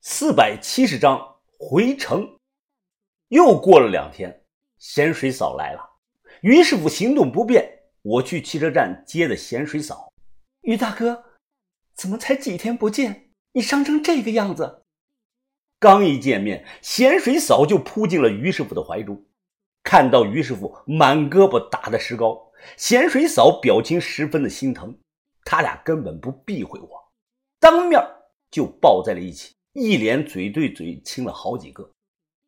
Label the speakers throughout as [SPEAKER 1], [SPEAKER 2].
[SPEAKER 1] 470章回城。又过了2天，咸水嫂来了。于师傅行动不便，我去汽车站接的咸水嫂。
[SPEAKER 2] 于大哥，怎么才几天不见，你伤成这个样子？
[SPEAKER 1] 刚一见面，咸水嫂就扑进了于师傅的怀中。看到于师傅满胳膊打的石膏，咸水嫂表情十分的心疼，他俩根本不避讳我，当面就抱在了一起，一连嘴对嘴亲了好几个。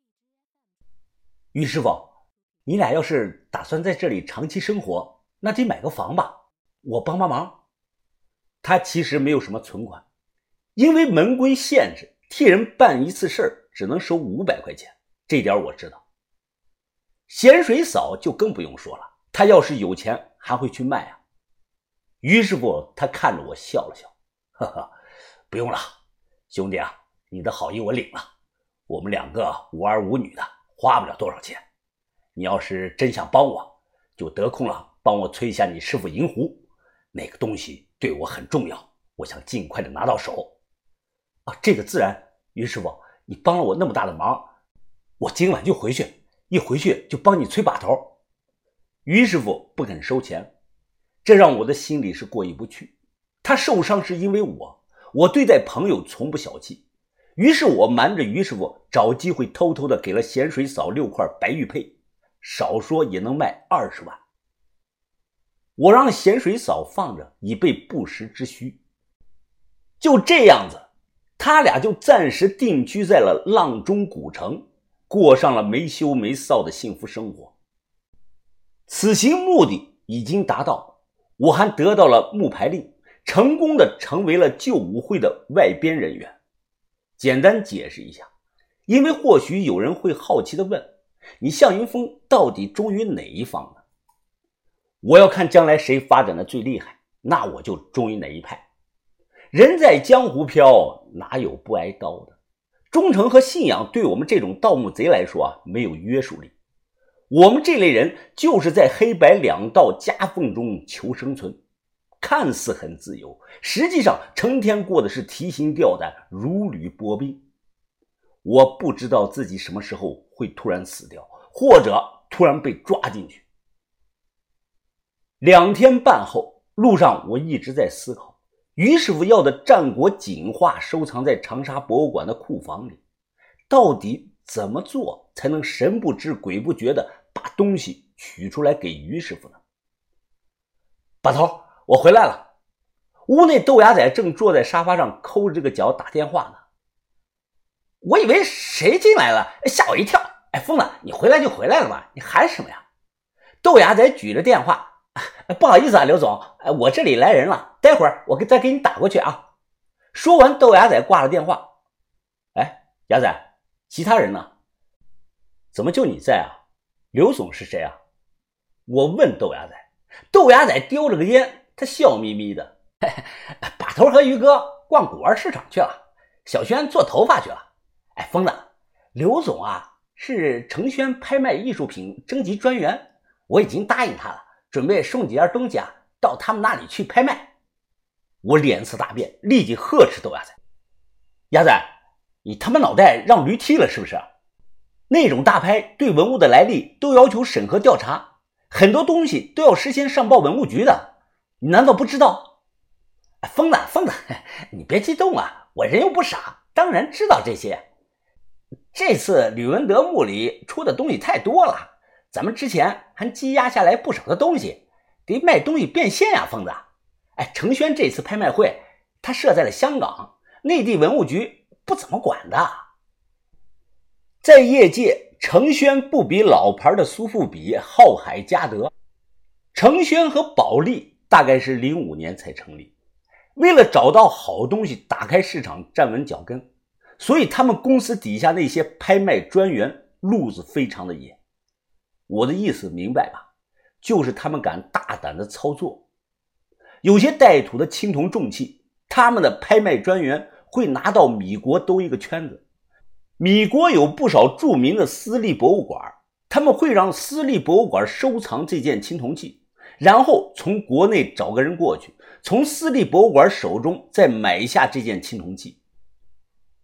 [SPEAKER 1] 于师傅，你俩要是打算在这里长期生活，那得买个房吧，我帮忙。他其实没有什么存款，因为门规限制，替人办一次事儿只能收500块钱，这点我知道。咸水嫂就更不用说了，她要是有钱还会去卖啊。于师傅他看着我笑了笑，呵呵，不用了，兄弟啊，你的好意我领了，我们2个无儿无女的，花不了多少钱。你要是真想帮我，就得空了帮我催一下你师傅银狐，那个东西对我很重要，我想尽快的拿到手。这个自然，于师傅，你帮了我那么大的忙，我今晚就回去，一回去就帮你催把头。于师傅不肯收钱，这让我的心里是过意不去。他受伤是因为我对待朋友从不小气，于是我瞒着于师傅，找机会偷偷的给了咸水嫂6块白玉佩，少说也能卖20万。我让咸水嫂放着，以备不时之需。就这样子，他俩就暂时定居在了阆中古城，过上了没羞没臊的幸福生活。此行目的已经达到，我还得到了木牌令，成功的成为了旧舞会的外边人员。简单解释一下，因为或许有人会好奇的问，你向云峰到底忠于哪一方呢？我要看将来谁发展的最厉害，那我就忠于哪一派。人在江湖飘，哪有不挨刀的？忠诚和信仰对我们这种盗墓贼来说没有约束力。我们这类人就是在黑白两道夹缝中求生存，看似很自由，实际上成天过的是提心吊胆，如履薄冰。我不知道自己什么时候会突然死掉，或者突然被抓进去。2天半后，路上我一直在思考，于师傅要的战国锦画收藏在长沙博物馆的库房里，到底怎么做才能神不知鬼不觉的把东西取出来给于师傅呢？把头，我回来了。屋内豆芽仔正坐在沙发上抠着这个脚打电话呢。我以为谁进来了，吓我一跳。疯子，你回来就回来了吧，你喊什么呀？豆芽仔举着电话，不好意思啊，刘总，我这里来人了，待会儿我再给你打过去啊。说完，豆芽仔挂了电话。芽仔，其他人呢？怎么就你在啊？刘总是谁啊？我问豆芽仔。豆芽仔叼着个烟，他笑眯眯的。把头和于哥逛古玩市场去了，小轩做头发去了。疯子，刘总是程轩拍卖艺术品征集专员，我已经答应他了，准备送几件东西到他们那里去拍卖。我脸色大变，立即呵斥豆芽仔。芽仔，你他妈脑袋让驴踢了是不是？那种大拍对文物的来历都要求审核调查，很多东西都要事先上报文物局的，你难道不知道？疯子，你别激动我人又不傻，当然知道这些。这次吕文德墓里出的东西太多了，咱们之前还积压下来不少的东西，得卖东西变现呀，疯子。程轩这次拍卖会他设在了香港，内地文物局不怎么管的。在业界，程轩不比老牌的苏富比、浩海、嘉德。程轩和保利大概是05年才成立，为了找到好东西，打开市场，站稳脚跟，所以他们公司底下那些拍卖专员路子非常的野。我的意思明白吧？就是他们敢大胆的操作。有些带土的青铜重器，他们的拍卖专员会拿到米国兜一个圈子。米国有不少著名的私立博物馆，他们会让私立博物馆收藏这件青铜器，然后从国内找个人过去，从私立博物馆手中再买下这件青铜器。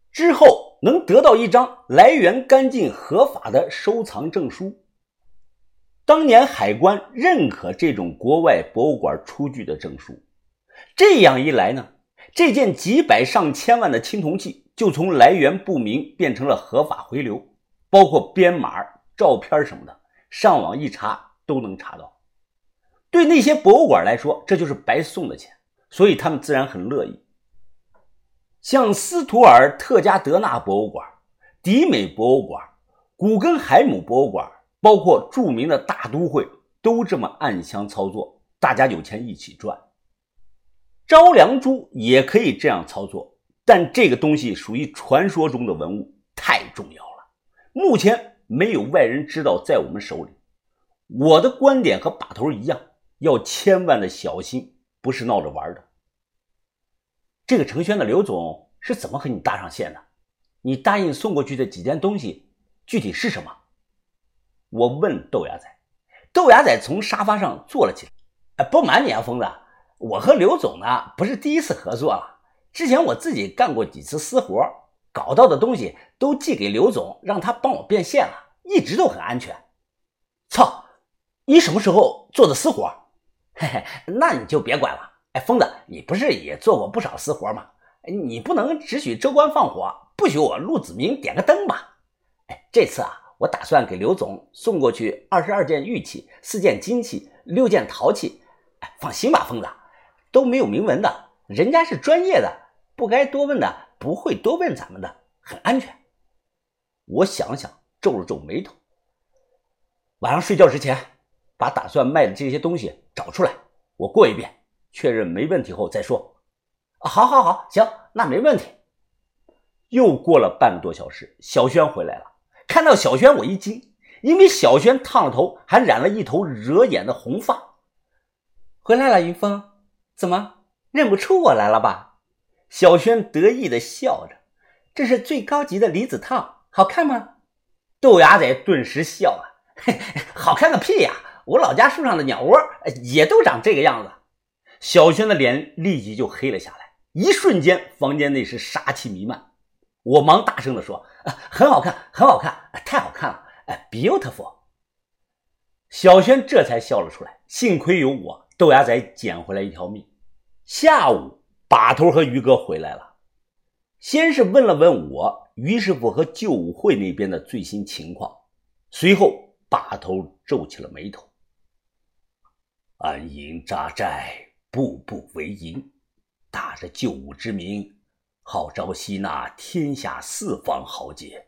[SPEAKER 1] 之后能得到一张来源干净合法的收藏证书。当年海关认可这种国外博物馆出具的证书，这样一来呢，这件几百上千万的青铜器就从来源不明变成了合法回流，包括编码、照片什么的，上网一查都能查到。对那些博物馆来说，这就是白送的钱，所以他们自然很乐意。像斯图尔特加德纳博物馆、迪美博物馆、古根海姆博物馆，包括著名的大都会，都这么暗箱操作，大家有钱一起赚。招良珠也可以这样操作，但这个东西属于传说中的文物，太重要了，目前没有外人知道在我们手里。我的观点和把头一样，要千万的小心，不是闹着玩的。这个成轩的刘总是怎么和你搭上线的？你答应送过去的几件东西具体是什么？我问豆芽仔。豆芽仔从沙发上坐了起来。不瞒你啊，疯子，我和刘总呢不是第一次合作了，之前我自己干过几次私活，搞到的东西都寄给刘总，让他帮我变现了，一直都很安全。操，你什么时候做的私活？嘿嘿，那你就别管了。疯子，你不是也做过不少私活吗？你不能只许州官放火，不许我陆子明点个灯吧？这次啊，我打算给刘总送过去22件玉器、4件金器、6件陶器。放心吧，疯子，都没有明文的，人家是专业的，不该多问的不会多问咱们的，很安全。我想了想，皱了皱眉头。晚上睡觉之前，把打算卖的这些东西找出来，我过一遍，确认没问题后再说。好，行，那没问题。又过了半个多小时，小轩回来了。看到小轩我一惊，因为小轩烫了头，还染了一头惹眼的红发。
[SPEAKER 2] 回来了，云峰，怎么认不出我来了吧？
[SPEAKER 1] 小轩得意地笑着。
[SPEAKER 2] 这是最高级的离子烫，好看吗？
[SPEAKER 1] 豆芽仔顿时笑了。好看个屁呀，我老家树上的鸟窝也都长这个样子。小轩的脸立即就黑了下来，一瞬间房间内是杀气弥漫。我忙大声地说，很好看，很好看，太好看了，beautiful。 小轩这才笑了出来，幸亏有我，豆芽仔捡回来一条命。下午把头和于哥回来了，先是问了问我于师傅和旧武会那边的最新情况，随后把头皱起了眉头。安营扎寨，步步为营，打着旧武之名，号召吸纳天下四方豪杰。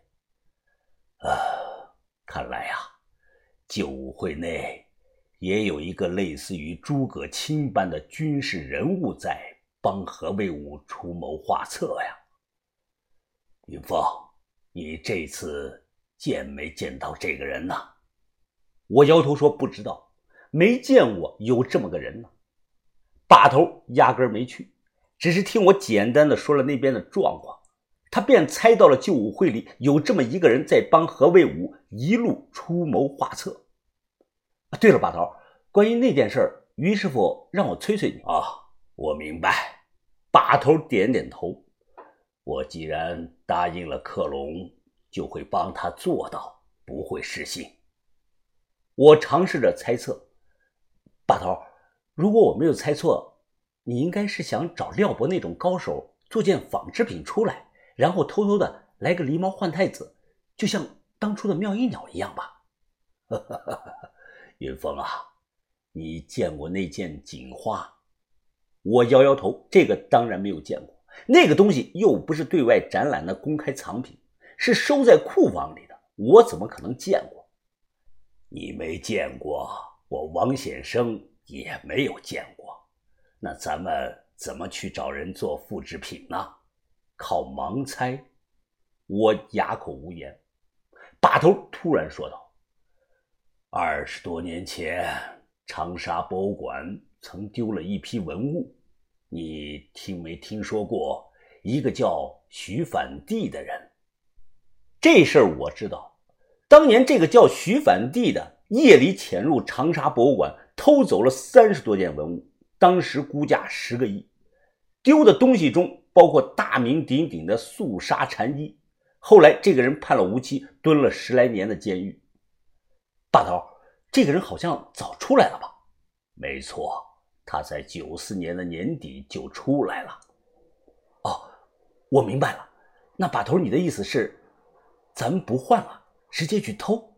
[SPEAKER 1] 看来啊，旧武会内也有一个类似于诸葛青般的军事人物在帮何卫武出谋划策呀。云峰，你这次见没见到这个人呢？我摇头说不知道，没见过有这么个人呢。把头压根没去，只是听我简单的说了那边的状况，他便猜到了旧武会里有这么一个人在帮何卫武一路出谋划策。对了，把头，关于那件事，于师傅让我催催你。我明白。把头点点头。我既然答应了克隆，就会帮他做到，不会失信。我尝试着猜测，把头，如果我没有猜错，你应该是想找廖伯那种高手做件仿制品出来，然后偷偷的来个狸猫换太子，就像当初的妙音鸟一样吧？云峰啊，你见过那件锦花？我摇摇头，这个当然没有见过，那个东西又不是对外展览的公开藏品，是收在库房里的，我怎么可能见过？你没见过，我王显生也没有见过，那咱们怎么去找人做复制品呢？靠盲猜。我哑口无言。把头突然说道，20多年前长沙博物馆曾丢了一批文物，你听没听说过一个叫徐反地的人？这事儿我知道，当年这个叫徐反地的夜里潜入长沙博物馆，偷走了30多件文物，当时估价10个亿，丢的东西中包括大名鼎鼎的肃杀禅医。后来这个人判了无期，蹲了10来年的监狱。把头，这个人好像早出来了吧？没错，他在94年的年底就出来了。哦，我明白了。那把头，你的意思是，咱们不换了，直接去偷？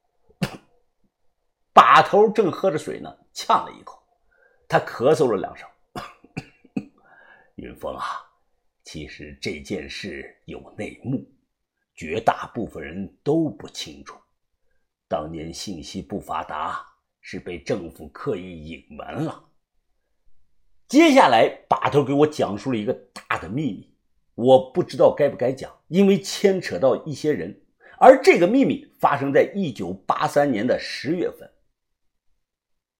[SPEAKER 1] 把头正喝着水呢，呛了一口，他咳嗽了2声。云峰啊，其实这件事有内幕，绝大部分人都不清楚。当年信息不发达，是被政府刻意隐瞒了。接下来把头给我讲述了一个大的秘密，我不知道该不该讲，因为牵扯到一些人。而这个秘密发生在1983年的10月份。